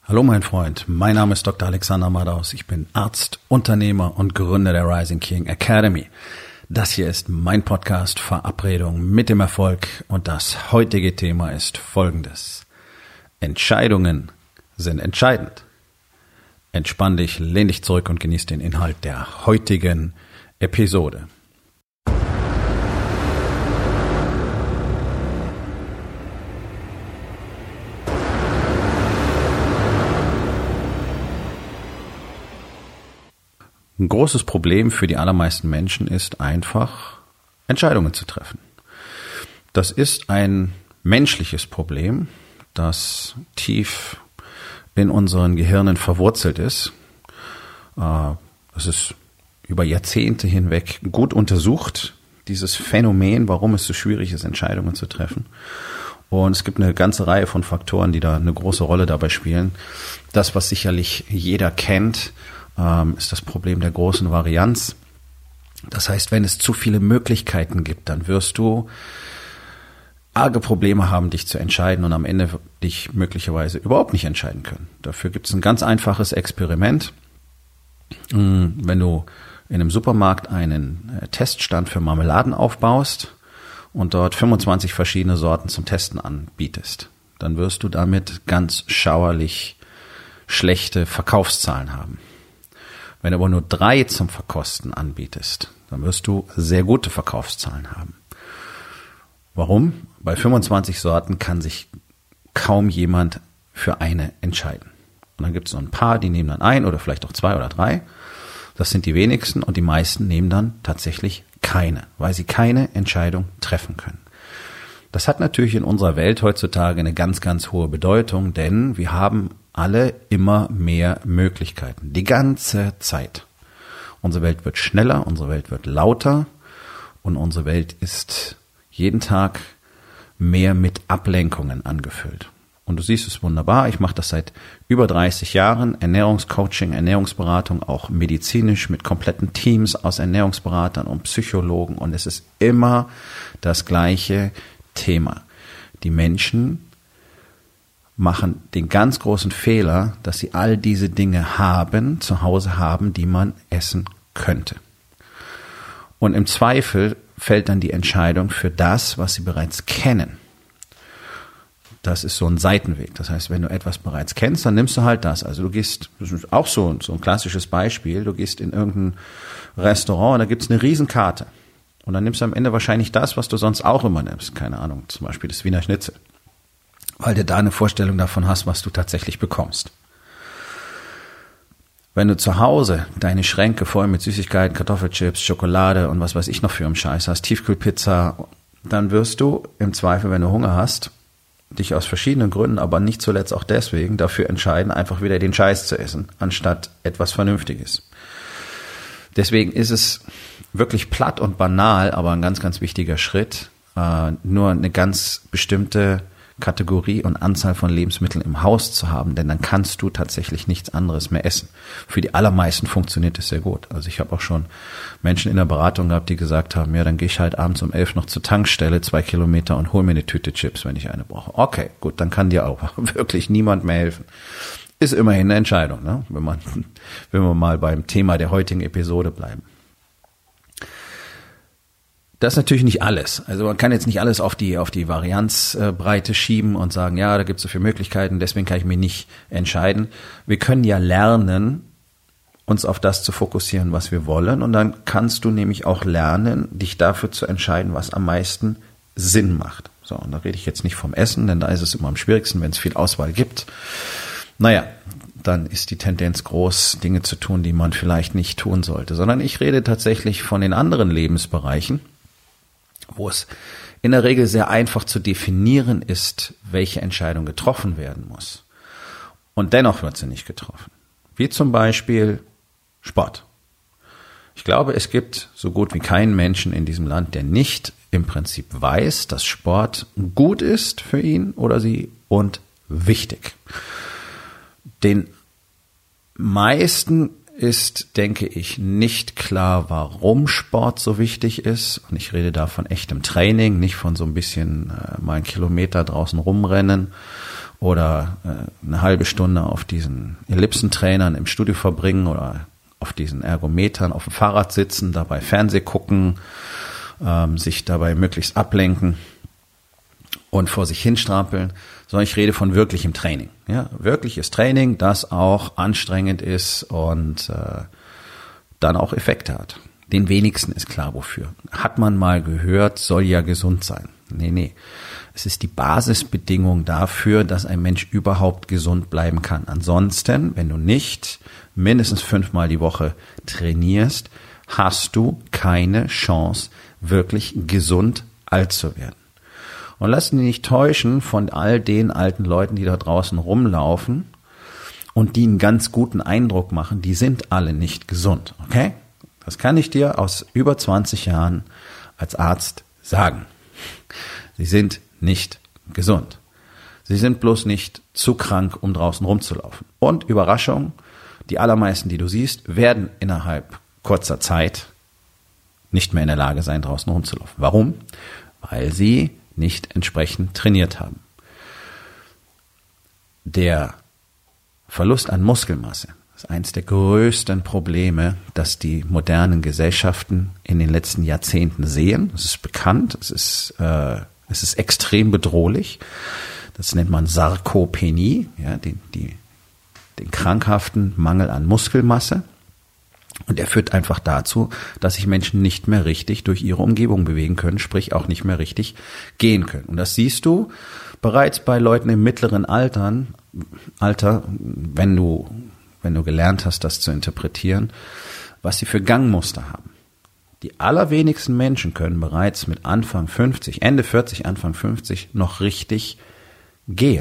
Hallo mein Freund, mein Name ist Dr. Alexander Madaus. Ich bin Arzt, Unternehmer und Gründer der Rising King Academy. Das hier ist mein Podcast Verabredung mit dem Erfolg und das heutige Thema ist folgendes. Entscheidungen sind entscheidend. Entspann dich, lehn dich zurück und genieß den Inhalt der heutigen Episode. Ein großes Problem für die allermeisten Menschen ist einfach, Entscheidungen zu treffen. Das ist ein menschliches Problem, das tief in unseren Gehirnen verwurzelt ist. Es ist über Jahrzehnte hinweg gut untersucht, dieses Phänomen, warum es so schwierig ist, Entscheidungen zu treffen. Und es gibt eine ganze Reihe von Faktoren, die da eine große Rolle dabei spielen. Das, was sicherlich jeder kennt, ist das Problem der großen Varianz. Das heißt, wenn es zu viele Möglichkeiten gibt, dann wirst du arge Probleme haben, dich zu entscheiden und am Ende dich möglicherweise überhaupt nicht entscheiden können. Dafür gibt es ein ganz einfaches Experiment. Wenn du in einem Supermarkt einen Teststand für Marmeladen aufbaust und dort 25 verschiedene Sorten zum Testen anbietest, dann wirst du damit ganz schauerlich schlechte Verkaufszahlen haben. Wenn du aber nur 3 zum Verkosten anbietest, dann wirst du sehr gute Verkaufszahlen haben. Warum? Bei 25 Sorten kann sich kaum jemand für eine entscheiden. Und dann gibt es so ein paar, die nehmen dann ein oder vielleicht auch 2 oder 3. Das sind die wenigsten und die meisten nehmen dann tatsächlich keine, weil sie keine Entscheidung treffen können. Das hat natürlich in unserer Welt heutzutage eine ganz, ganz hohe Bedeutung, denn wir haben alle immer mehr Möglichkeiten, die ganze Zeit. Unsere Welt wird schneller, unsere Welt wird lauter und unsere Welt ist jeden Tag mehr mit Ablenkungen angefüllt. Und du siehst es wunderbar, ich mache das seit über 30 Jahren, Ernährungscoaching, Ernährungsberatung, auch medizinisch mit kompletten Teams aus Ernährungsberatern und Psychologen und es ist immer das gleiche Thema. Die Menschen machen den ganz großen Fehler, dass sie all diese Dinge zu Hause haben, die man essen könnte. Und im Zweifel fällt dann die Entscheidung für das, was sie bereits kennen. Das ist so ein Seitenweg. Das heißt, wenn du etwas bereits kennst, dann nimmst du halt das. Also du gehst, das ist auch so ein klassisches Beispiel, du gehst in irgendein Restaurant und da gibt es eine Riesenkarte. Und dann nimmst du am Ende wahrscheinlich das, was du sonst auch immer nimmst. Keine Ahnung, zum Beispiel das Wiener Schnitzel. Weil du da eine Vorstellung davon hast, was du tatsächlich bekommst. Wenn du zu Hause deine Schränke voll mit Süßigkeiten, Kartoffelchips, Schokolade und was weiß ich noch für einen Scheiß hast, Tiefkühlpizza, dann wirst du im Zweifel, wenn du Hunger hast, dich aus verschiedenen Gründen, aber nicht zuletzt auch deswegen, dafür entscheiden, einfach wieder den Scheiß zu essen, anstatt etwas Vernünftiges. Deswegen ist es wirklich platt und banal, aber ein ganz, ganz wichtiger Schritt, nur eine ganz bestimmte Kategorie und Anzahl von Lebensmitteln im Haus zu haben, denn dann kannst du tatsächlich nichts anderes mehr essen. Für die allermeisten funktioniert es sehr gut. Also ich habe auch schon Menschen in der Beratung gehabt, die gesagt haben, ja, dann gehe ich halt abends um 11 noch zur Tankstelle 2 Kilometer und hole mir eine Tüte Chips, wenn ich eine brauche. Okay, gut, dann kann dir auch wirklich niemand mehr helfen. Ist immerhin eine Entscheidung, ne? Wenn wir mal beim Thema der heutigen Episode bleiben. Das ist natürlich nicht alles. Also man kann jetzt nicht alles auf die Varianzbreite schieben und sagen, ja, da gibt es so viele Möglichkeiten, deswegen kann ich mich nicht entscheiden. Wir können ja lernen, uns auf das zu fokussieren, was wir wollen. Und dann kannst du nämlich auch lernen, dich dafür zu entscheiden, was am meisten Sinn macht. So, und da rede ich jetzt nicht vom Essen, denn da ist es immer am schwierigsten, wenn es viel Auswahl gibt. Naja, dann ist die Tendenz groß, Dinge zu tun, die man vielleicht nicht tun sollte. Sondern ich rede tatsächlich von den anderen Lebensbereichen, wo es in der Regel sehr einfach zu definieren ist, welche Entscheidung getroffen werden muss. Und dennoch wird sie nicht getroffen. Wie zum Beispiel Sport. Ich glaube, es gibt so gut wie keinen Menschen in diesem Land, der nicht im Prinzip weiß, dass Sport gut ist für ihn oder sie und wichtig. Den meisten ist, denke ich, nicht klar, warum Sport so wichtig ist. Und ich rede da von echtem Training, nicht von so ein bisschen mal einen Kilometer draußen rumrennen oder eine halbe Stunde auf diesen Ellipsentrainern im Studio verbringen oder auf diesen Ergometern auf dem Fahrrad sitzen, dabei Fernseh gucken, sich dabei möglichst ablenken und vor sich hinstrampeln, sondern ich rede von wirklichem Training. Ja, wirkliches Training, das auch anstrengend ist und dann auch Effekte hat. Den wenigsten ist klar, wofür. Hat man mal gehört, soll ja gesund sein. Nee. Es ist die Basisbedingung dafür, dass ein Mensch überhaupt gesund bleiben kann. Ansonsten, wenn du nicht mindestens 5-mal die Woche trainierst, hast du keine Chance, wirklich gesund alt zu werden. Und lass dich nicht täuschen von all den alten Leuten, die da draußen rumlaufen und die einen ganz guten Eindruck machen. Die sind alle nicht gesund, okay? Das kann ich dir aus über 20 Jahren als Arzt sagen. Sie sind nicht gesund. Sie sind bloß nicht zu krank, um draußen rumzulaufen. Und Überraschung, die allermeisten, die du siehst, werden innerhalb kurzer Zeit nicht mehr in der Lage sein, draußen rumzulaufen. Warum? Weil sie nicht entsprechend trainiert haben. Der Verlust an Muskelmasse ist eines der größten Probleme, das die modernen Gesellschaften in den letzten Jahrzehnten sehen. Es ist bekannt, es ist extrem bedrohlich. Das nennt man Sarkopenie, ja, den krankhaften Mangel an Muskelmasse. Und er führt einfach dazu, dass sich Menschen nicht mehr richtig durch ihre Umgebung bewegen können, sprich auch nicht mehr richtig gehen können. Und das siehst du bereits bei Leuten im mittleren Alter, wenn du gelernt hast, das zu interpretieren, was sie für Gangmuster haben. Die allerwenigsten Menschen können bereits mit Anfang 50, Ende 40, Anfang 50 noch richtig gehen.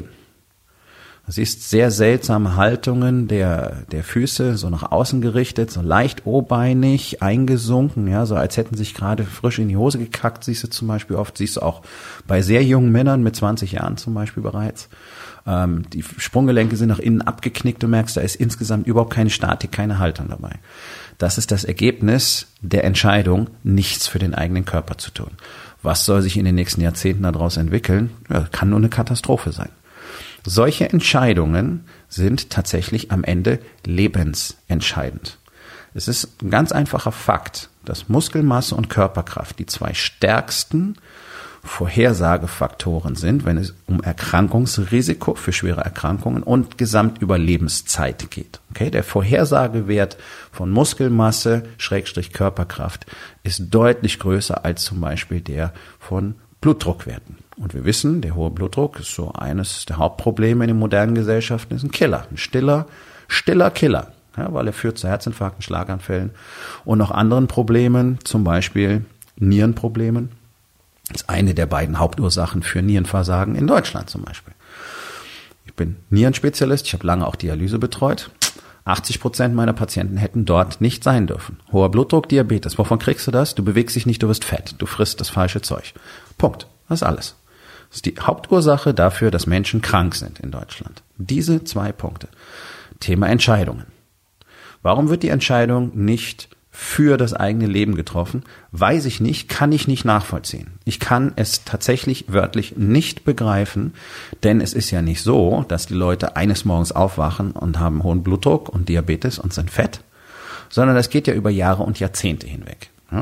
Du siehst sehr seltsame Haltungen der Füße, so nach außen gerichtet, so leicht o-beinig, eingesunken, ja, so als hätten sich gerade frisch in die Hose gekackt, siehst du zum Beispiel oft, siehst du auch bei sehr jungen Männern mit 20 Jahren zum Beispiel bereits. Die Sprunggelenke sind nach innen abgeknickt, du merkst, da ist insgesamt überhaupt keine Statik, keine Haltung dabei. Das ist das Ergebnis der Entscheidung, nichts für den eigenen Körper zu tun. Was soll sich in den nächsten Jahrzehnten daraus entwickeln? Ja, kann nur eine Katastrophe sein. Solche Entscheidungen sind tatsächlich am Ende lebensentscheidend. Es ist ein ganz einfacher Fakt, dass Muskelmasse und Körperkraft die zwei stärksten Vorhersagefaktoren sind, wenn es um Erkrankungsrisiko für schwere Erkrankungen und Gesamtüberlebenszeit geht. Okay, der Vorhersagewert von Muskelmasse / Körperkraft ist deutlich größer als zum Beispiel der von Blutdruckwerten. Und wir wissen, der hohe Blutdruck ist so eines der Hauptprobleme in den modernen Gesellschaften, ist ein Killer, ein stiller Killer, ja, weil er führt zu Herzinfarkten, Schlaganfällen und noch anderen Problemen, zum Beispiel Nierenproblemen. Das ist eine der beiden Hauptursachen für Nierenversagen in Deutschland zum Beispiel. Ich bin Nierenspezialist, ich habe lange auch Dialyse betreut. 80% meiner Patienten hätten dort nicht sein dürfen. Hoher Blutdruck, Diabetes. Wovon kriegst du das? Du bewegst dich nicht, du wirst fett. Du frisst das falsche Zeug. Punkt. Das ist alles. Das ist die Hauptursache dafür, dass Menschen krank sind in Deutschland. Diese 2 Punkte. Thema Entscheidungen. Warum wird die Entscheidung nicht für das eigene Leben getroffen? Weiß ich nicht, kann ich nicht nachvollziehen. Ich kann es tatsächlich wörtlich nicht begreifen, denn es ist ja nicht so, dass die Leute eines Morgens aufwachen und haben hohen Blutdruck und Diabetes und sind fett, sondern das geht ja über Jahre und Jahrzehnte hinweg. Ja?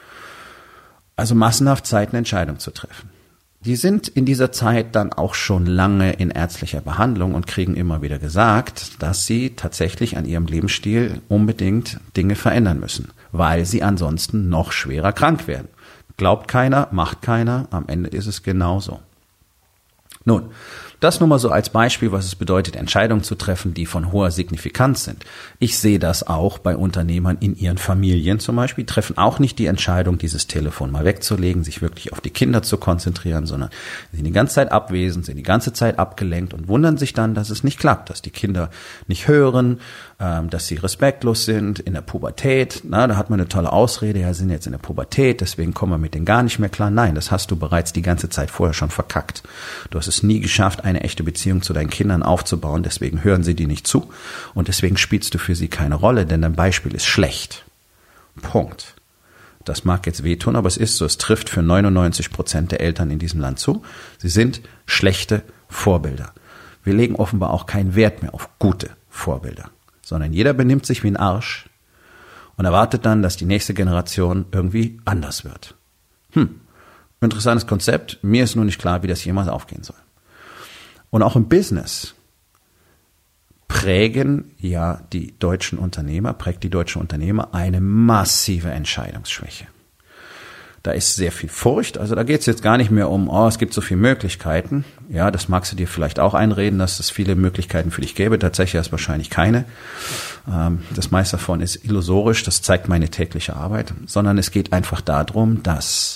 Also massenhaft Zeit, eine Entscheidung zu treffen. Die sind in dieser Zeit dann auch schon lange in ärztlicher Behandlung und kriegen immer wieder gesagt, dass sie tatsächlich an ihrem Lebensstil unbedingt Dinge verändern müssen, weil sie ansonsten noch schwerer krank werden. Glaubt keiner, macht keiner, am Ende ist es genauso. Nun, das nur mal so als Beispiel, was es bedeutet, Entscheidungen zu treffen, die von hoher Signifikanz sind. Ich sehe das auch bei Unternehmern in ihren Familien zum Beispiel, treffen auch nicht die Entscheidung, dieses Telefon mal wegzulegen, sich wirklich auf die Kinder zu konzentrieren, sondern sind die ganze Zeit abwesend, sind die ganze Zeit abgelenkt und wundern sich dann, dass es nicht klappt, dass die Kinder nicht hören, dass sie respektlos sind in der Pubertät. Na, da hat man eine tolle Ausrede, ja, sind jetzt in der Pubertät, deswegen kommen wir mit denen gar nicht mehr klar. Nein, das hast du bereits die ganze Zeit vorher schon verkackt. Du hast es nie geschafft, eine echte Beziehung zu deinen Kindern aufzubauen, deswegen hören sie dir nicht zu und deswegen spielst du für sie keine Rolle, denn dein Beispiel ist schlecht. Punkt. Das mag jetzt wehtun, aber es ist so, es trifft für 99% der Eltern in diesem Land zu. Sie sind schlechte Vorbilder. wir legen offenbar auch keinen Wert mehr auf gute Vorbilder, sondern jeder benimmt sich wie ein Arsch und erwartet dann, dass die nächste Generation irgendwie anders wird. Interessantes Konzept. Mir ist nur nicht klar, wie das jemals aufgehen soll. Und auch im Business prägt die deutsche Unternehmer eine massive Entscheidungsschwäche. Da ist sehr viel Furcht, also da geht es jetzt gar nicht mehr um, es gibt so viele Möglichkeiten. Ja, das magst du dir vielleicht auch einreden, dass es viele Möglichkeiten für dich gäbe. Tatsächlich ist wahrscheinlich keine. Das meiste davon ist illusorisch, das zeigt meine tägliche Arbeit. Sondern es geht einfach darum, dass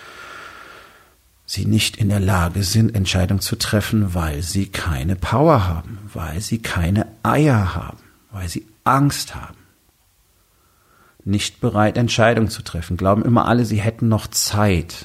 sie nicht in der Lage sind, Entscheidungen zu treffen, weil sie keine Power haben, weil sie keine Eier haben, weil sie Angst haben. Nicht bereit, Entscheidungen zu treffen. Glauben immer alle, sie hätten noch Zeit.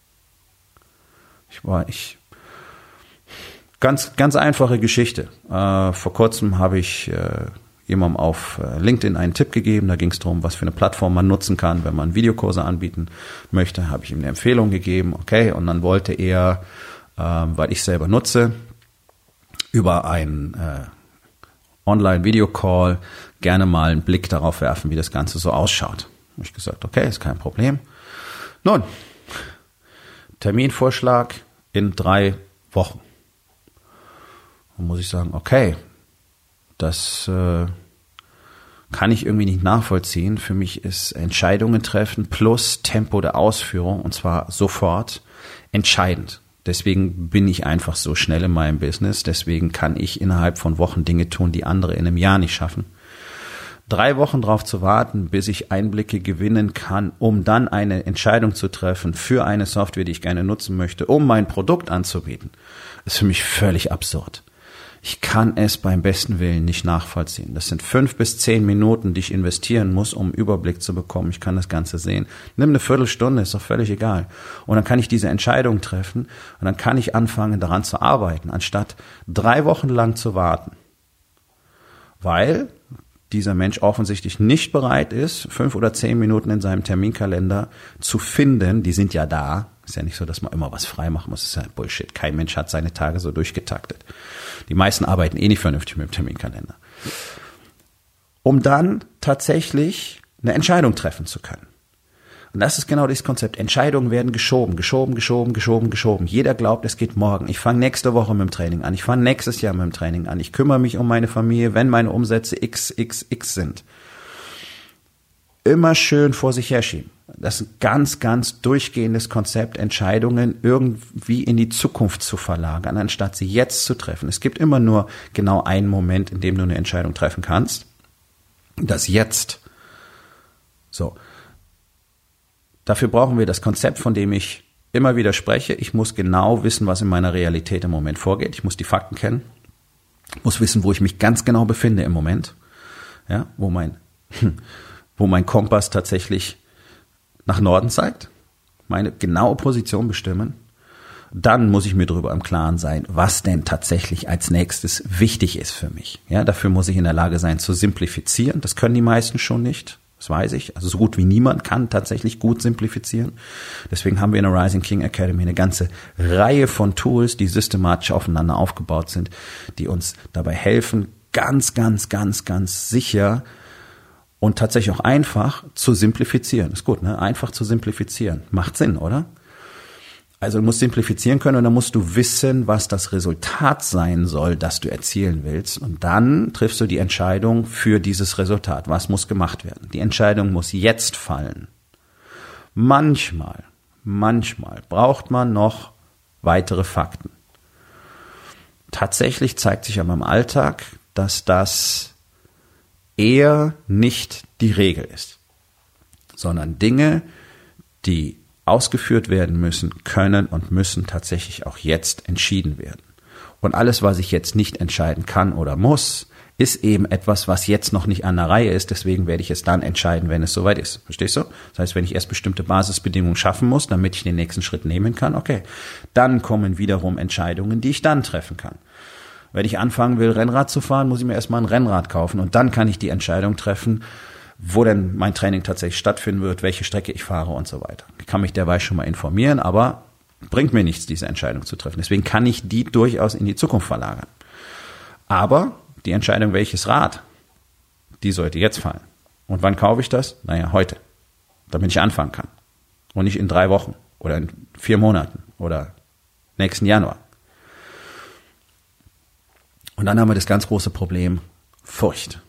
Ganz einfache Geschichte. Vor kurzem habe ich jemandem auf LinkedIn einen Tipp gegeben. Da ging es darum, was für eine Plattform man nutzen kann, wenn man Videokurse anbieten möchte. Habe ich ihm eine Empfehlung gegeben. Okay, und dann wollte er, weil ich selber nutze, über einen Online-Video-Call gerne mal einen Blick darauf werfen, wie das Ganze so ausschaut. Habe ich gesagt, okay, ist kein Problem. Nun, Terminvorschlag in 3 Wochen. Dann muss ich sagen, okay, das kann ich irgendwie nicht nachvollziehen. Für mich ist Entscheidungen treffen plus Tempo der Ausführung, und zwar sofort, entscheidend. Deswegen bin ich einfach so schnell in meinem Business. Deswegen kann ich innerhalb von Wochen Dinge tun, die andere in einem Jahr nicht schaffen. 3 Wochen drauf zu warten, bis ich Einblicke gewinnen kann, um dann eine Entscheidung zu treffen für eine Software, die ich gerne nutzen möchte, um mein Produkt anzubieten, ist für mich völlig absurd. Ich kann es beim besten Willen nicht nachvollziehen. Das sind 5 bis 10 Minuten, die ich investieren muss, um einen Überblick zu bekommen. Ich kann das Ganze sehen. Nimm eine Viertelstunde, ist doch völlig egal. Und dann kann ich diese Entscheidung treffen und dann kann ich anfangen, daran zu arbeiten, anstatt 3 Wochen lang zu warten. Weil dieser Mensch offensichtlich nicht bereit ist, 5 oder 10 Minuten in seinem Terminkalender zu finden. Die sind ja da. Ist ja nicht so, dass man immer was frei machen muss. Das ist ja Bullshit. Kein Mensch hat seine Tage so durchgetaktet. Die meisten arbeiten nicht vernünftig mit dem Terminkalender. Um dann tatsächlich eine Entscheidung treffen zu können. Und das ist genau dieses Konzept. Entscheidungen werden geschoben. Jeder glaubt, es geht morgen. Ich fange nächste Woche mit dem Training an. Ich fange nächstes Jahr mit dem Training an. Ich kümmere mich um meine Familie, wenn meine Umsätze XXX sind. Immer schön vor sich herschieben. Das ist ein ganz durchgehendes Konzept, Entscheidungen irgendwie in die Zukunft zu verlagern, anstatt sie jetzt zu treffen. Es gibt immer nur genau einen Moment, in dem du eine Entscheidung treffen kannst. Das Jetzt. So. Dafür brauchen wir das Konzept, von dem ich immer wieder spreche. Ich muss genau wissen, was in meiner Realität im Moment vorgeht. Ich muss die Fakten kennen. Ich muss wissen, wo ich mich ganz genau befinde im Moment. Ja, wo mein Kompass tatsächlich nach Norden zeigt, meine genaue Position bestimmen. Dann muss ich mir darüber im Klaren sein, was denn tatsächlich als nächstes wichtig ist für mich. Ja, dafür muss ich in der Lage sein zu simplifizieren. Das können die meisten schon nicht. Das weiß ich. Also so gut wie niemand kann tatsächlich gut simplifizieren. Deswegen haben wir in der Rising King Academy eine ganze Reihe von Tools, die systematisch aufeinander aufgebaut sind, die uns dabei helfen, ganz sicher und tatsächlich auch einfach zu simplifizieren. Ist gut, ne? Einfach zu simplifizieren. Macht Sinn, oder? Also du musst simplifizieren können und dann musst du wissen, was das Resultat sein soll, das du erzielen willst. Und dann triffst du die Entscheidung für dieses Resultat. Was muss gemacht werden? Die Entscheidung muss jetzt fallen. Manchmal braucht man noch weitere Fakten. Tatsächlich zeigt sich aber im Alltag, dass das eher nicht die Regel ist, sondern Dinge, die ausgeführt werden müssen, können und müssen tatsächlich auch jetzt entschieden werden. Und alles, was ich jetzt nicht entscheiden kann oder muss, ist eben etwas, was jetzt noch nicht an der Reihe ist. Deswegen werde ich es dann entscheiden, wenn es soweit ist. Verstehst du? Das heißt, wenn ich erst bestimmte Basisbedingungen schaffen muss, damit ich den nächsten Schritt nehmen kann, okay, dann kommen wiederum Entscheidungen, die ich dann treffen kann. Wenn ich anfangen will, Rennrad zu fahren, muss ich mir erstmal ein Rennrad kaufen und dann kann ich die Entscheidung treffen, wo denn mein Training tatsächlich stattfinden wird, welche Strecke ich fahre und so weiter. Ich kann mich derweil schon mal informieren, aber bringt mir nichts, diese Entscheidung zu treffen. Deswegen kann ich die durchaus in die Zukunft verlagern. Aber die Entscheidung, welches Rad, die sollte jetzt fallen. Und wann kaufe ich das? Naja, heute, damit ich anfangen kann. Und nicht in 3 Wochen oder in 4 Monaten oder nächsten Januar. Und dann haben wir das ganz große Problem Furcht.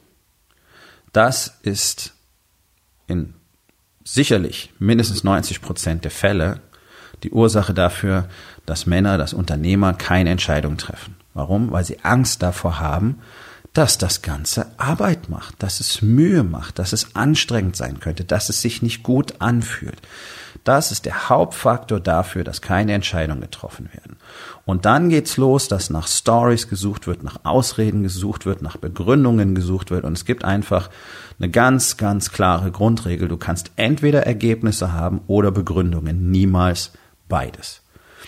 Das ist in sicherlich mindestens 90% der Fälle die Ursache dafür, dass Männer, dass Unternehmer keine Entscheidung treffen. Warum? Weil sie Angst davor haben, dass das Ganze Arbeit macht, dass es Mühe macht, dass es anstrengend sein könnte, dass es sich nicht gut anfühlt. Das ist der Hauptfaktor dafür, dass keine Entscheidungen getroffen werden. Und dann geht's los, dass nach Stories gesucht wird, nach Ausreden gesucht wird, nach Begründungen gesucht wird. Und es gibt einfach eine ganz, ganz klare Grundregel. Du kannst entweder Ergebnisse haben oder Begründungen, niemals beides.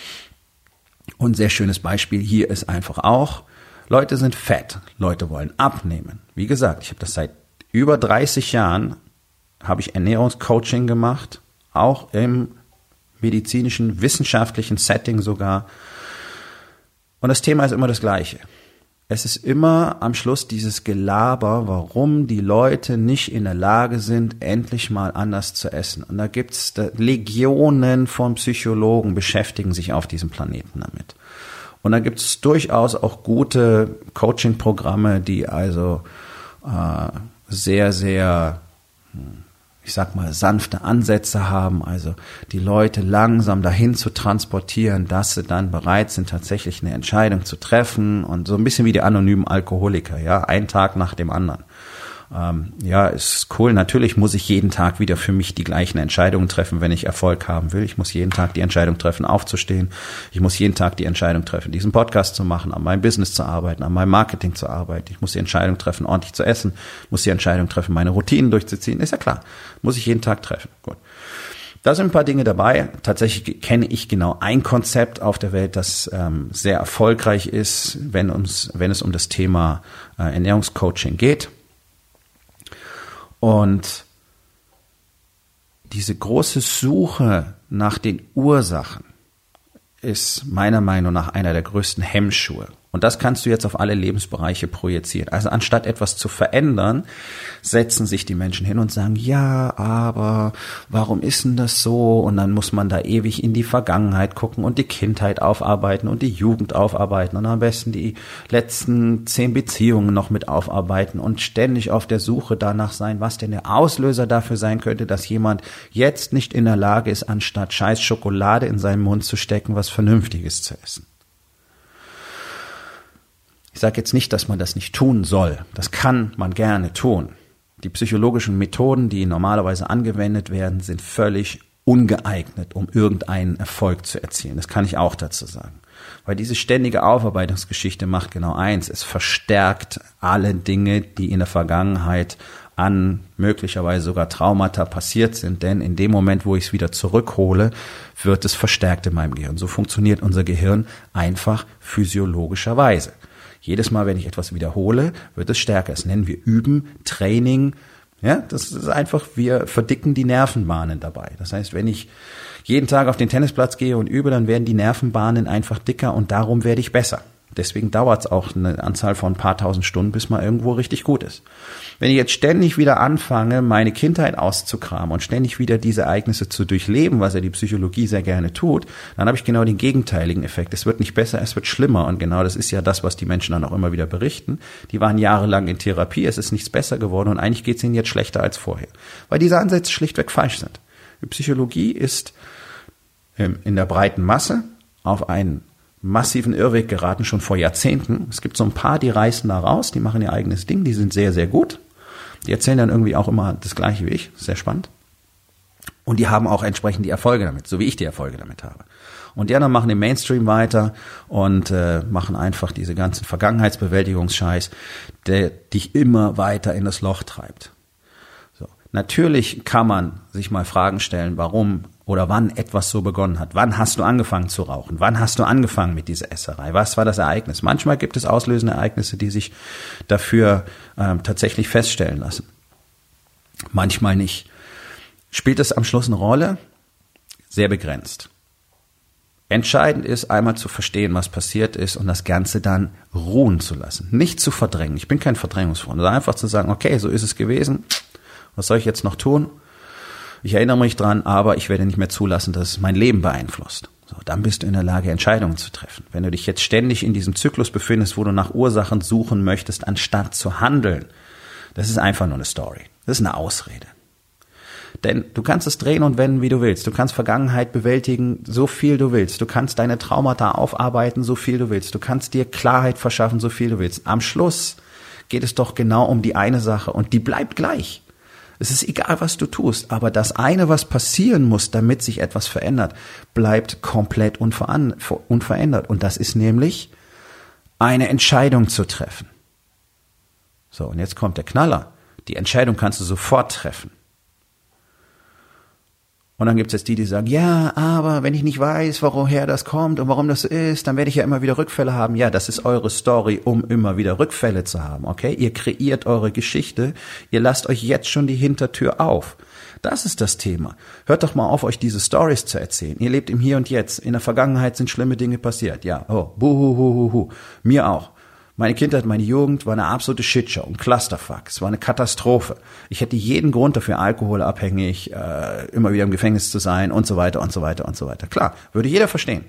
Und ein sehr schönes Beispiel hier ist einfach auch, Leute sind fett, Leute wollen abnehmen. Wie gesagt, ich habe das seit über 30 Jahren, habe ich Ernährungscoaching gemacht, auch im medizinischen, wissenschaftlichen Setting sogar. Und das Thema ist immer das Gleiche. Es ist immer am Schluss dieses Gelaber, warum die Leute nicht in der Lage sind, endlich mal anders zu essen. Und da gibt's Legionen von Psychologen, beschäftigen sich auf diesem Planeten damit. Und da gibt es durchaus auch gute Coaching-Programme, die also sehr, sehr, ich sag mal, sanfte Ansätze haben, also die Leute langsam dahin zu transportieren, dass sie dann bereit sind, tatsächlich eine Entscheidung zu treffen und so ein bisschen wie die anonymen Alkoholiker, ja, ein Tag nach dem anderen. Ja, ist cool. Natürlich muss ich jeden Tag wieder für mich die gleichen Entscheidungen treffen, wenn ich Erfolg haben will. Ich muss jeden Tag die Entscheidung treffen, aufzustehen. Ich muss jeden Tag die Entscheidung treffen, diesen Podcast zu machen, an meinem Business zu arbeiten, an meinem Marketing zu arbeiten. Ich muss die Entscheidung treffen, ordentlich zu essen. Ich muss die Entscheidung treffen, meine Routinen durchzuziehen. Ist ja klar. Muss ich jeden Tag treffen. Gut. Da sind ein paar Dinge dabei. Tatsächlich kenne ich genau ein Konzept auf der Welt, das sehr erfolgreich ist, wenn es um das Thema Ernährungscoaching geht. Und diese große Suche nach den Ursachen ist meiner Meinung nach einer der größten Hemmschuhe. Und das kannst du jetzt auf alle Lebensbereiche projizieren. Also anstatt etwas zu verändern, setzen sich die Menschen hin und sagen, ja, aber warum ist denn das so? Und dann muss man da ewig in die Vergangenheit gucken und die Kindheit aufarbeiten und die Jugend aufarbeiten und am besten die letzten 10 Beziehungen noch mit aufarbeiten und ständig auf der Suche danach sein, was denn der Auslöser dafür sein könnte, dass jemand jetzt nicht in der Lage ist, anstatt scheiß Schokolade in seinen Mund zu stecken, was Vernünftiges zu essen. Ich sage jetzt nicht, dass man das nicht tun soll. Das kann man gerne tun. Die psychologischen Methoden, die normalerweise angewendet werden, sind völlig ungeeignet, um irgendeinen Erfolg zu erzielen. Das kann ich auch dazu sagen. Weil diese ständige Aufarbeitungsgeschichte macht genau eins. Es verstärkt alle Dinge, die in der Vergangenheit an möglicherweise sogar Traumata passiert sind. Denn in dem Moment, wo ich es wieder zurückhole, wird es verstärkt in meinem Gehirn. So funktioniert unser Gehirn einfach physiologischerweise. Jedes Mal, wenn ich etwas wiederhole, wird es stärker. Das nennen wir Üben, Training. Ja, das ist einfach, wir verdicken die Nervenbahnen dabei. Das heißt, wenn ich jeden Tag auf den Tennisplatz gehe und übe, dann werden die Nervenbahnen einfach dicker und darum werde ich besser. Deswegen dauert es auch eine Anzahl von ein paar tausend Stunden, bis man irgendwo richtig gut ist. Wenn ich jetzt ständig wieder anfange, meine Kindheit auszukramen und ständig wieder diese Ereignisse zu durchleben, was ja die Psychologie sehr gerne tut, dann habe ich genau den gegenteiligen Effekt. Es wird nicht besser, es wird schlimmer. Und genau das ist ja das, was die Menschen dann auch immer wieder berichten. Die waren jahrelang in Therapie, es ist nichts besser geworden und eigentlich geht es ihnen jetzt schlechter als vorher. Weil diese Ansätze schlichtweg falsch sind. Die Psychologie ist in der breiten Masse auf einen massiven Irrweg geraten, schon vor Jahrzehnten. Es gibt so ein paar, die reißen da raus, die machen ihr eigenes Ding, die sind sehr, sehr gut. Die erzählen dann irgendwie auch immer das Gleiche wie ich, sehr spannend. Und die haben auch entsprechend die Erfolge damit, so wie ich die Erfolge damit habe. Und die anderen machen im Mainstream weiter und machen einfach diese ganzen Vergangenheitsbewältigungsscheiß, der dich immer weiter in das Loch treibt. So. Natürlich kann man sich mal Fragen stellen, warum oder wann etwas so begonnen hat. Wann hast du angefangen zu rauchen? Wann hast du angefangen mit dieser Esserei? Was war das Ereignis? Manchmal gibt es auslösende Ereignisse, die sich dafür tatsächlich feststellen lassen. Manchmal nicht. Spielt es am Schluss eine Rolle? Sehr begrenzt. Entscheidend ist, einmal zu verstehen, was passiert ist und das Ganze dann ruhen zu lassen. Nicht zu verdrängen. Ich bin kein Verdrängungsfreund. Also einfach zu sagen, okay, so ist es gewesen. Was soll ich jetzt noch tun? Ich erinnere mich dran, aber ich werde nicht mehr zulassen, dass es mein Leben beeinflusst. So, dann bist du in der Lage, Entscheidungen zu treffen. Wenn du dich jetzt ständig in diesem Zyklus befindest, wo du nach Ursachen suchen möchtest, anstatt zu handeln, das ist einfach nur eine Story. Das ist eine Ausrede. Denn du kannst es drehen und wenden, wie du willst. Du kannst Vergangenheit bewältigen, so viel du willst. Du kannst deine Traumata aufarbeiten, so viel du willst. Du kannst dir Klarheit verschaffen, so viel du willst. Am Schluss geht es doch genau um die eine Sache und die bleibt gleich. Es ist egal, was du tust, aber das eine, was passieren muss, damit sich etwas verändert, bleibt komplett unverändert. Und das ist nämlich eine Entscheidung zu treffen. So, und jetzt kommt der Knaller. Die Entscheidung kannst du sofort treffen. Und dann gibt es jetzt die sagen, ja, aber wenn ich nicht weiß, woher das kommt und warum das so ist, dann werde ich ja immer wieder Rückfälle haben. Ja, das ist eure Story, um immer wieder Rückfälle zu haben, okay? Ihr kreiert eure Geschichte, ihr lasst euch jetzt schon die Hintertür auf. Das ist das Thema. Hört doch mal auf, euch diese Stories zu erzählen. Ihr lebt im Hier und Jetzt. In der Vergangenheit sind schlimme Dinge passiert. Ja, buhuhuhuhu. Mir auch. Meine Kindheit, meine Jugend war eine absolute Shitshow, ein Clusterfuck. Es war eine Katastrophe. Ich hätte jeden Grund dafür, alkoholabhängig, immer wieder im Gefängnis zu sein und so weiter und so weiter und so weiter. Klar, würde jeder verstehen.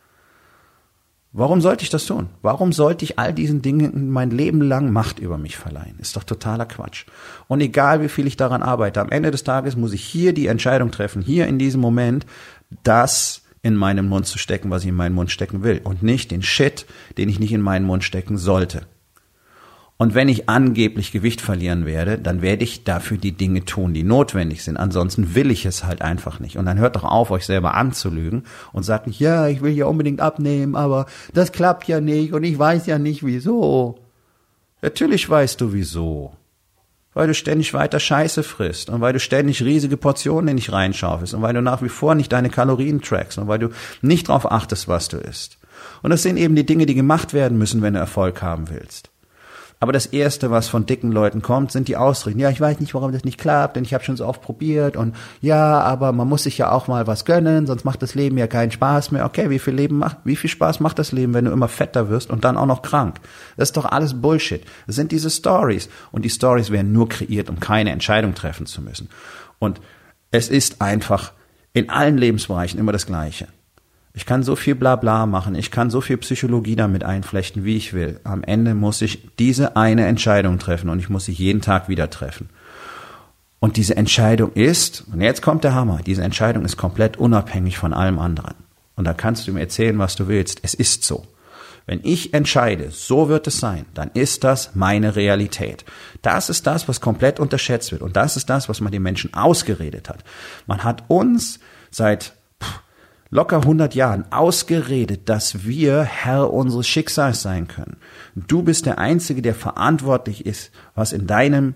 Warum sollte ich das tun? Warum sollte ich all diesen Dingen mein Leben lang Macht über mich verleihen? Ist doch totaler Quatsch. Und egal, wie viel ich daran arbeite, am Ende des Tages muss ich hier die Entscheidung treffen, hier in diesem Moment, das in meinen Mund zu stecken, was ich in meinen Mund stecken will und nicht den Shit, den ich nicht in meinen Mund stecken sollte. Und wenn ich angeblich Gewicht verlieren werde, dann werde ich dafür die Dinge tun, die notwendig sind. Ansonsten will ich es halt einfach nicht. Und dann hört doch auf, euch selber anzulügen und sagt nicht, ja, ich will ja unbedingt abnehmen, aber das klappt ja nicht und ich weiß ja nicht wieso. Natürlich weißt du wieso. Weil du ständig weiter Scheiße frisst und weil du ständig riesige Portionen in dich reinschaufelst und weil du nach wie vor nicht deine Kalorien trackst und weil du nicht darauf achtest, was du isst. Und das sind eben die Dinge, die gemacht werden müssen, wenn du Erfolg haben willst. Aber das Erste, was von dicken Leuten kommt, sind die Ausreden. Ja, ich weiß nicht, warum das nicht klappt, denn ich habe schon so oft probiert und ja, aber man muss sich ja auch mal was gönnen, sonst macht das Leben ja keinen Spaß mehr. Okay, wie viel Spaß macht das Leben, wenn du immer fetter wirst und dann auch noch krank? Das ist doch alles Bullshit. Das sind diese Stories und die Stories werden nur kreiert, um keine Entscheidung treffen zu müssen. Und es ist einfach in allen Lebensbereichen immer das Gleiche. Ich kann so viel Blabla machen, ich kann so viel Psychologie damit einflechten, wie ich will. Am Ende muss ich diese eine Entscheidung treffen und ich muss sie jeden Tag wieder treffen. Und diese Entscheidung ist, und jetzt kommt der Hammer, diese Entscheidung ist komplett unabhängig von allem anderen. Und da kannst du mir erzählen, was du willst. Es ist so. Wenn ich entscheide, so wird es sein, dann ist das meine Realität. Das ist das, was komplett unterschätzt wird. Und das ist das, was man den Menschen ausgeredet hat. Man hat uns seit locker 100 Jahren ausgeredet, dass wir Herr unseres Schicksals sein können. Du bist der Einzige, der verantwortlich ist, was in deinem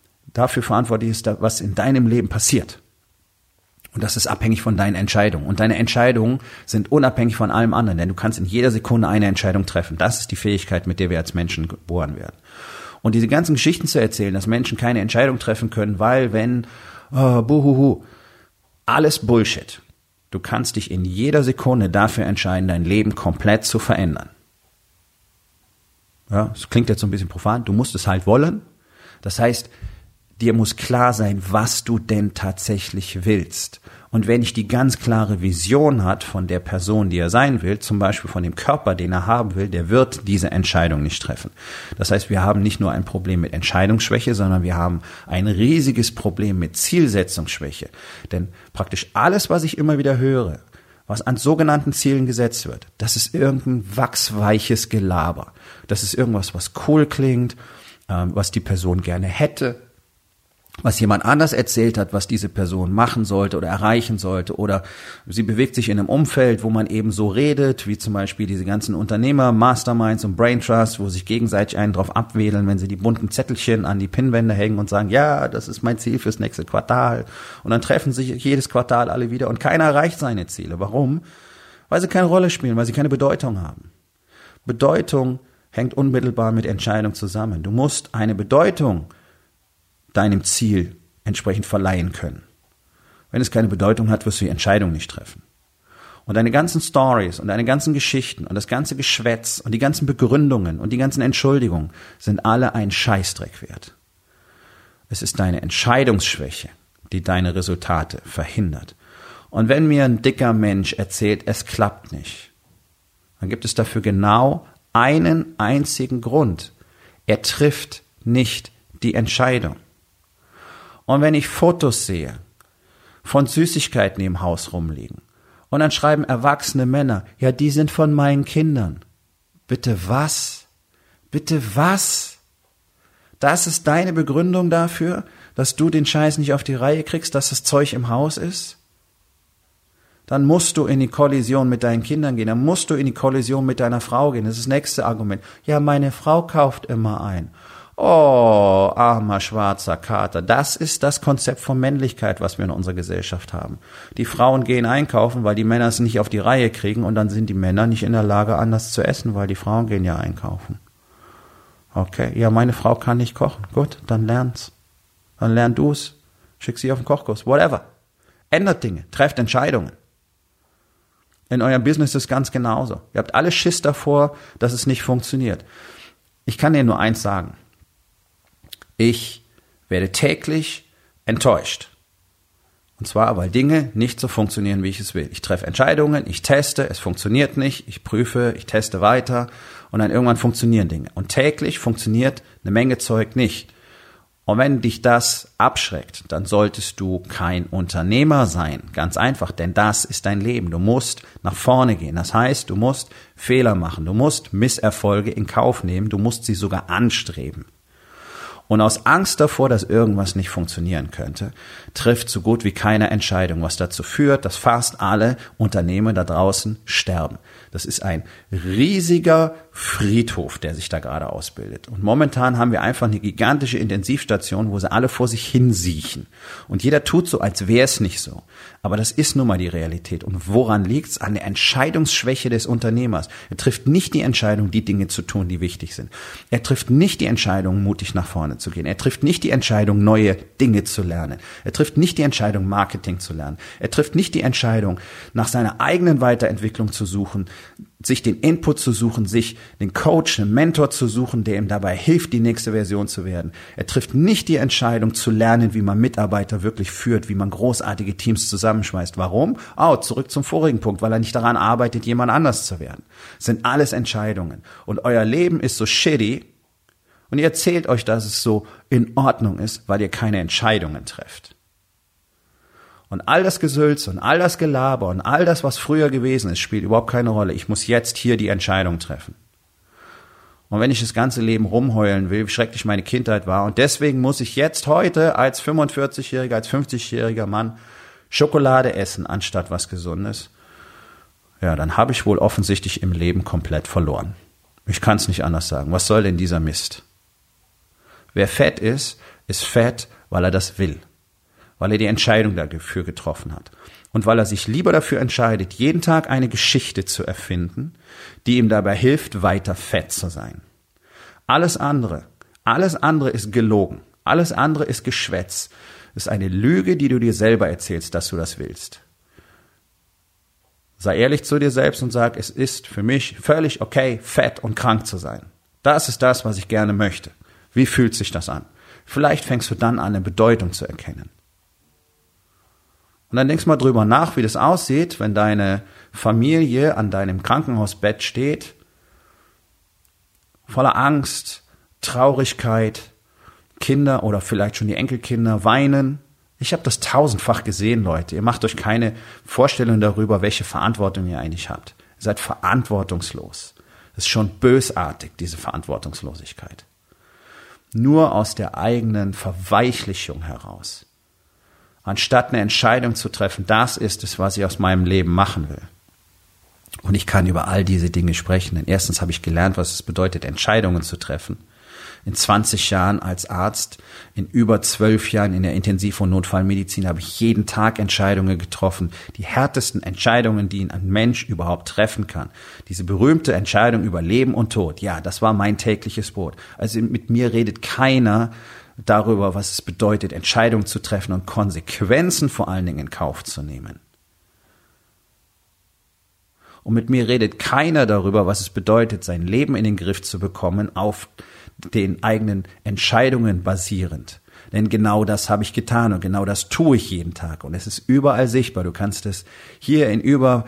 Leben passiert. Und das ist abhängig von deinen Entscheidungen. Und deine Entscheidungen sind unabhängig von allem anderen, denn du kannst in jeder Sekunde eine Entscheidung treffen. Das ist die Fähigkeit, mit der wir als Menschen geboren werden. Und diese ganzen Geschichten zu erzählen, dass Menschen keine Entscheidung treffen können, weil alles Bullshit. Du kannst dich in jeder Sekunde dafür entscheiden, dein Leben komplett zu verändern. Ja, das klingt jetzt so ein bisschen profan. Du musst es halt wollen. Das heißt, dir muss klar sein, was du denn tatsächlich willst. Und wenn dich die ganz klare Vision hat von der Person, die er sein will, zum Beispiel von dem Körper, den er haben will, der wird diese Entscheidung nicht treffen. Das heißt, wir haben nicht nur ein Problem mit Entscheidungsschwäche, sondern wir haben ein riesiges Problem mit Zielsetzungsschwäche. Denn praktisch alles, was ich immer wieder höre, was an sogenannten Zielen gesetzt wird, das ist irgendein wachsweiches Gelaber. Das ist irgendwas, was cool klingt, was die Person gerne hätte, was jemand anders erzählt hat, was diese Person machen sollte oder erreichen sollte, oder sie bewegt sich in einem Umfeld, wo man eben so redet, wie zum Beispiel diese ganzen Unternehmer, Masterminds und Brain Trust, wo sich gegenseitig einen drauf abwedeln, wenn sie die bunten Zettelchen an die Pinnwände hängen und sagen, ja, das ist mein Ziel fürs nächste Quartal. Und dann treffen sich jedes Quartal alle wieder und keiner erreicht seine Ziele. Warum? Weil sie keine Rolle spielen, weil sie keine Bedeutung haben. Bedeutung hängt unmittelbar mit Entscheidung zusammen. Du musst eine Bedeutung deinem Ziel entsprechend verleihen können. Wenn es keine Bedeutung hat, wirst du die Entscheidung nicht treffen. Und deine ganzen Stories und deine ganzen Geschichten und das ganze Geschwätz und die ganzen Begründungen und die ganzen Entschuldigungen sind alle ein Scheißdreck wert. Es ist deine Entscheidungsschwäche, die deine Resultate verhindert. Und wenn mir ein dicker Mensch erzählt, es klappt nicht, dann gibt es dafür genau einen einzigen Grund. Er trifft nicht die Entscheidung. Und wenn ich Fotos sehe von Süßigkeiten, die im Haus rumliegen, und dann schreiben erwachsene Männer, ja, die sind von meinen Kindern. Bitte was? Bitte was? Das ist deine Begründung dafür, dass du den Scheiß nicht auf die Reihe kriegst, dass das Zeug im Haus ist? Dann musst du in die Kollision mit deinen Kindern gehen, dann musst du in die Kollision mit deiner Frau gehen. Das ist das nächste Argument. Ja, meine Frau kauft immer ein. Oh, armer schwarzer Kater. Das ist das Konzept von Männlichkeit, was wir in unserer Gesellschaft haben. Die Frauen gehen einkaufen, weil die Männer es nicht auf die Reihe kriegen und dann sind die Männer nicht in der Lage, anders zu essen, weil die Frauen gehen ja einkaufen. Okay, ja, meine Frau kann nicht kochen. Gut, dann lern's. Dann lern du's. Schick sie auf den Kochkurs. Whatever. Ändert Dinge. Trefft Entscheidungen. In eurem Business ist es ganz genauso. Ihr habt alle Schiss davor, dass es nicht funktioniert. Ich kann dir nur eins sagen. Ich werde täglich enttäuscht. Und zwar, weil Dinge nicht so funktionieren, wie ich es will. Ich treffe Entscheidungen, ich teste, es funktioniert nicht, ich prüfe, ich teste weiter und dann irgendwann funktionieren Dinge. Und täglich funktioniert eine Menge Zeug nicht. Und wenn dich das abschreckt, dann solltest du kein Unternehmer sein. Ganz einfach, denn das ist dein Leben. Du musst nach vorne gehen. Das heißt, du musst Fehler machen, du musst Misserfolge in Kauf nehmen, du musst sie sogar anstreben. Und aus Angst davor, dass irgendwas nicht funktionieren könnte, trifft so gut wie keine Entscheidung, was dazu führt, dass fast alle Unternehmer da draußen sterben. Das ist ein riesiger Friedhof, der sich da gerade ausbildet. Und momentan haben wir einfach eine gigantische Intensivstation, wo sie alle vor sich hinsiechen. Und jeder tut so, als wäre es nicht so. Aber das ist nun mal die Realität. Und woran liegt's? An der Entscheidungsschwäche des Unternehmers. Er trifft nicht die Entscheidung, die Dinge zu tun, die wichtig sind. Er trifft nicht die Entscheidung, mutig nach vorne zu gehen. Er trifft nicht die Entscheidung, neue Dinge zu lernen. Er trifft nicht die Entscheidung, Marketing zu lernen. Er trifft nicht die Entscheidung, nach seiner eigenen Weiterentwicklung zu suchen, sich den Input zu suchen, sich den Coach, einen Mentor zu suchen, der ihm dabei hilft, die nächste Version zu werden. Er trifft nicht die Entscheidung zu lernen, wie man Mitarbeiter wirklich führt, wie man großartige Teams zusammenschmeißt. Warum? Zurück zum vorigen Punkt, weil er nicht daran arbeitet, jemand anders zu werden. Das sind alles Entscheidungen. Und euer Leben ist so shitty und ihr erzählt euch, dass es so in Ordnung ist, weil ihr keine Entscheidungen trefft. Und all das Gesülze und all das Gelaber und all das, was früher gewesen ist, spielt überhaupt keine Rolle. Ich muss jetzt hier die Entscheidung treffen. Und wenn ich das ganze Leben rumheulen will, wie schrecklich meine Kindheit war, und deswegen muss ich jetzt heute als 45-Jähriger, als 50-jähriger Mann Schokolade essen, anstatt was Gesundes, ja, dann habe ich wohl offensichtlich im Leben komplett verloren. Ich kann es nicht anders sagen. Was soll denn dieser Mist? Wer fett ist fett, weil er das will. Weil er die Entscheidung dafür getroffen hat. Und weil er sich lieber dafür entscheidet, jeden Tag eine Geschichte zu erfinden, die ihm dabei hilft, weiter fett zu sein. Alles andere ist gelogen. Alles andere ist Geschwätz. Es ist eine Lüge, die du dir selber erzählst, dass du das willst. Sei ehrlich zu dir selbst und sag, es ist für mich völlig okay, fett und krank zu sein. Das ist das, was ich gerne möchte. Wie fühlt sich das an? Vielleicht fängst du dann an, eine Bedeutung zu erkennen. Und dann denkst mal drüber nach, wie das aussieht, wenn deine Familie an deinem Krankenhausbett steht, voller Angst, Traurigkeit, Kinder oder vielleicht schon die Enkelkinder weinen. Ich habe das tausendfach gesehen, Leute. Ihr macht euch keine Vorstellung darüber, welche Verantwortung ihr eigentlich habt. Ihr seid verantwortungslos. Das ist schon bösartig, diese Verantwortungslosigkeit. Nur aus der eigenen Verweichlichung heraus. Anstatt eine Entscheidung zu treffen, das ist es, was ich aus meinem Leben machen will. Und ich kann über all diese Dinge sprechen. Denn erstens habe ich gelernt, was es bedeutet, Entscheidungen zu treffen. In 20 Jahren als Arzt, in über 12 Jahren in der Intensiv- und Notfallmedizin habe ich jeden Tag Entscheidungen getroffen. Die härtesten Entscheidungen, die ein Mensch überhaupt treffen kann. Diese berühmte Entscheidung über Leben und Tod. Ja, das war mein tägliches Brot. Also mit mir redet keiner darüber, was es bedeutet, Entscheidungen zu treffen und Konsequenzen vor allen Dingen in Kauf zu nehmen. Und mit mir redet keiner darüber, was es bedeutet, sein Leben in den Griff zu bekommen, auf den eigenen Entscheidungen basierend. Denn genau das habe ich getan und genau das tue ich jeden Tag. Und es ist überall sichtbar. Du kannst es hier in über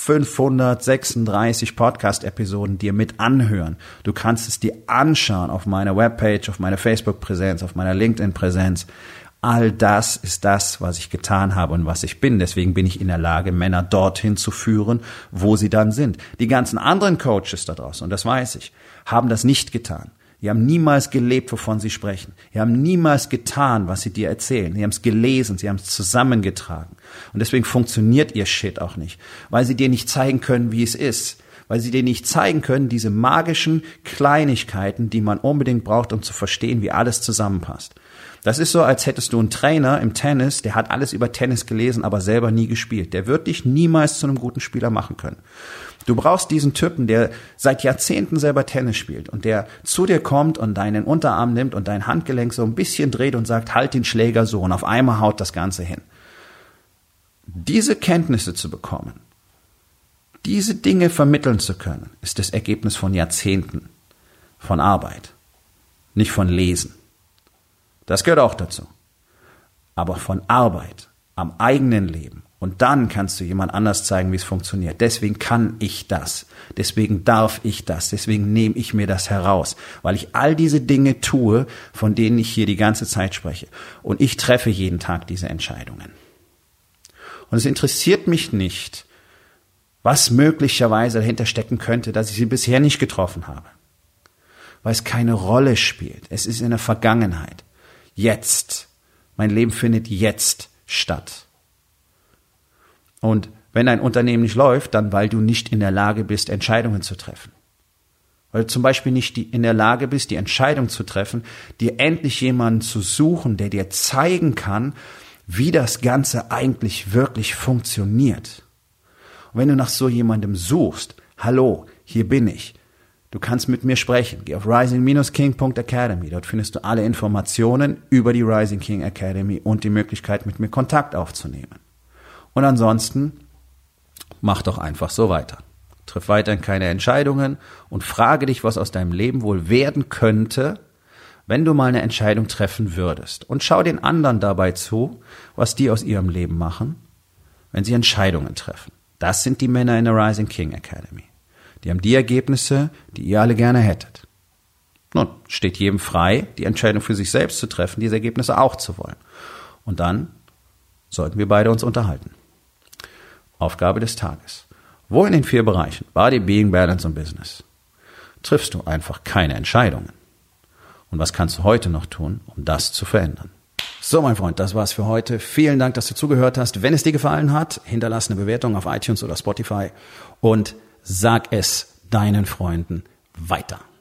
536 Podcast-Episoden dir mit anhören. Du kannst es dir anschauen auf meiner Webpage, auf meiner Facebook-Präsenz, auf meiner LinkedIn-Präsenz. All das ist das, was ich getan habe und was ich bin. Deswegen bin ich in der Lage, Männer dorthin zu führen, wo sie dann sind. Die ganzen anderen Coaches da draußen, und das weiß ich, haben das nicht getan. Die haben niemals gelebt, wovon sie sprechen. Die haben niemals getan, was sie dir erzählen. Sie haben es gelesen, sie haben es zusammengetragen. Und deswegen funktioniert ihr Shit auch nicht, weil sie dir nicht zeigen können, wie es ist. Weil sie dir nicht zeigen können, diese magischen Kleinigkeiten, die man unbedingt braucht, um zu verstehen, wie alles zusammenpasst. Das ist so, als hättest du einen Trainer im Tennis, der hat alles über Tennis gelesen, aber selber nie gespielt. Der wird dich niemals zu einem guten Spieler machen können. Du brauchst diesen Typen, der seit Jahrzehnten selber Tennis spielt und der zu dir kommt und deinen Unterarm nimmt und dein Handgelenk so ein bisschen dreht und sagt, halt den Schläger so, und auf einmal haut das Ganze hin. Diese Kenntnisse zu bekommen, diese Dinge vermitteln zu können, ist das Ergebnis von Jahrzehnten von Arbeit, nicht von Lesen. Das gehört auch dazu. Aber von Arbeit am eigenen Leben. Und dann kannst du jemand anders zeigen, wie es funktioniert. Deswegen kann ich das. Deswegen darf ich das. Deswegen nehme ich mir das heraus. Weil ich all diese Dinge tue, von denen ich hier die ganze Zeit spreche. Und ich treffe jeden Tag diese Entscheidungen. Und es interessiert mich nicht, was möglicherweise dahinter stecken könnte, dass ich sie bisher nicht getroffen habe. Weil es keine Rolle spielt. Es ist in der Vergangenheit. Jetzt. Mein Leben findet jetzt statt. Und wenn ein Unternehmen nicht läuft, dann weil du nicht in der Lage bist, Entscheidungen zu treffen. Weil du zum Beispiel nicht in der Lage bist, die Entscheidung zu treffen, dir endlich jemanden zu suchen, der dir zeigen kann, wie das Ganze eigentlich wirklich funktioniert. Und wenn du nach so jemandem suchst, hallo, hier bin ich. Du kannst mit mir sprechen. Geh auf rising-king.academy. Dort findest du alle Informationen über die Rising King Academy und die Möglichkeit, mit mir Kontakt aufzunehmen. Und ansonsten, mach doch einfach so weiter. Triff weiterhin keine Entscheidungen und frage dich, was aus deinem Leben wohl werden könnte, wenn du mal eine Entscheidung treffen würdest. Und schau den anderen dabei zu, was die aus ihrem Leben machen, wenn sie Entscheidungen treffen. Das sind die Männer in der Rising King Academy. Die haben die Ergebnisse, die ihr alle gerne hättet. Nun, steht jedem frei, die Entscheidung für sich selbst zu treffen, diese Ergebnisse auch zu wollen. Und dann sollten wir beide uns unterhalten. Aufgabe des Tages. Wo in den 4 Bereichen, Body, Being, Balance und Business, triffst du einfach keine Entscheidungen? Und was kannst du heute noch tun, um das zu verändern? So, mein Freund, das war's für heute. Vielen Dank, dass du zugehört hast. Wenn es dir gefallen hat, hinterlass eine Bewertung auf iTunes oder Spotify und sag es deinen Freunden weiter.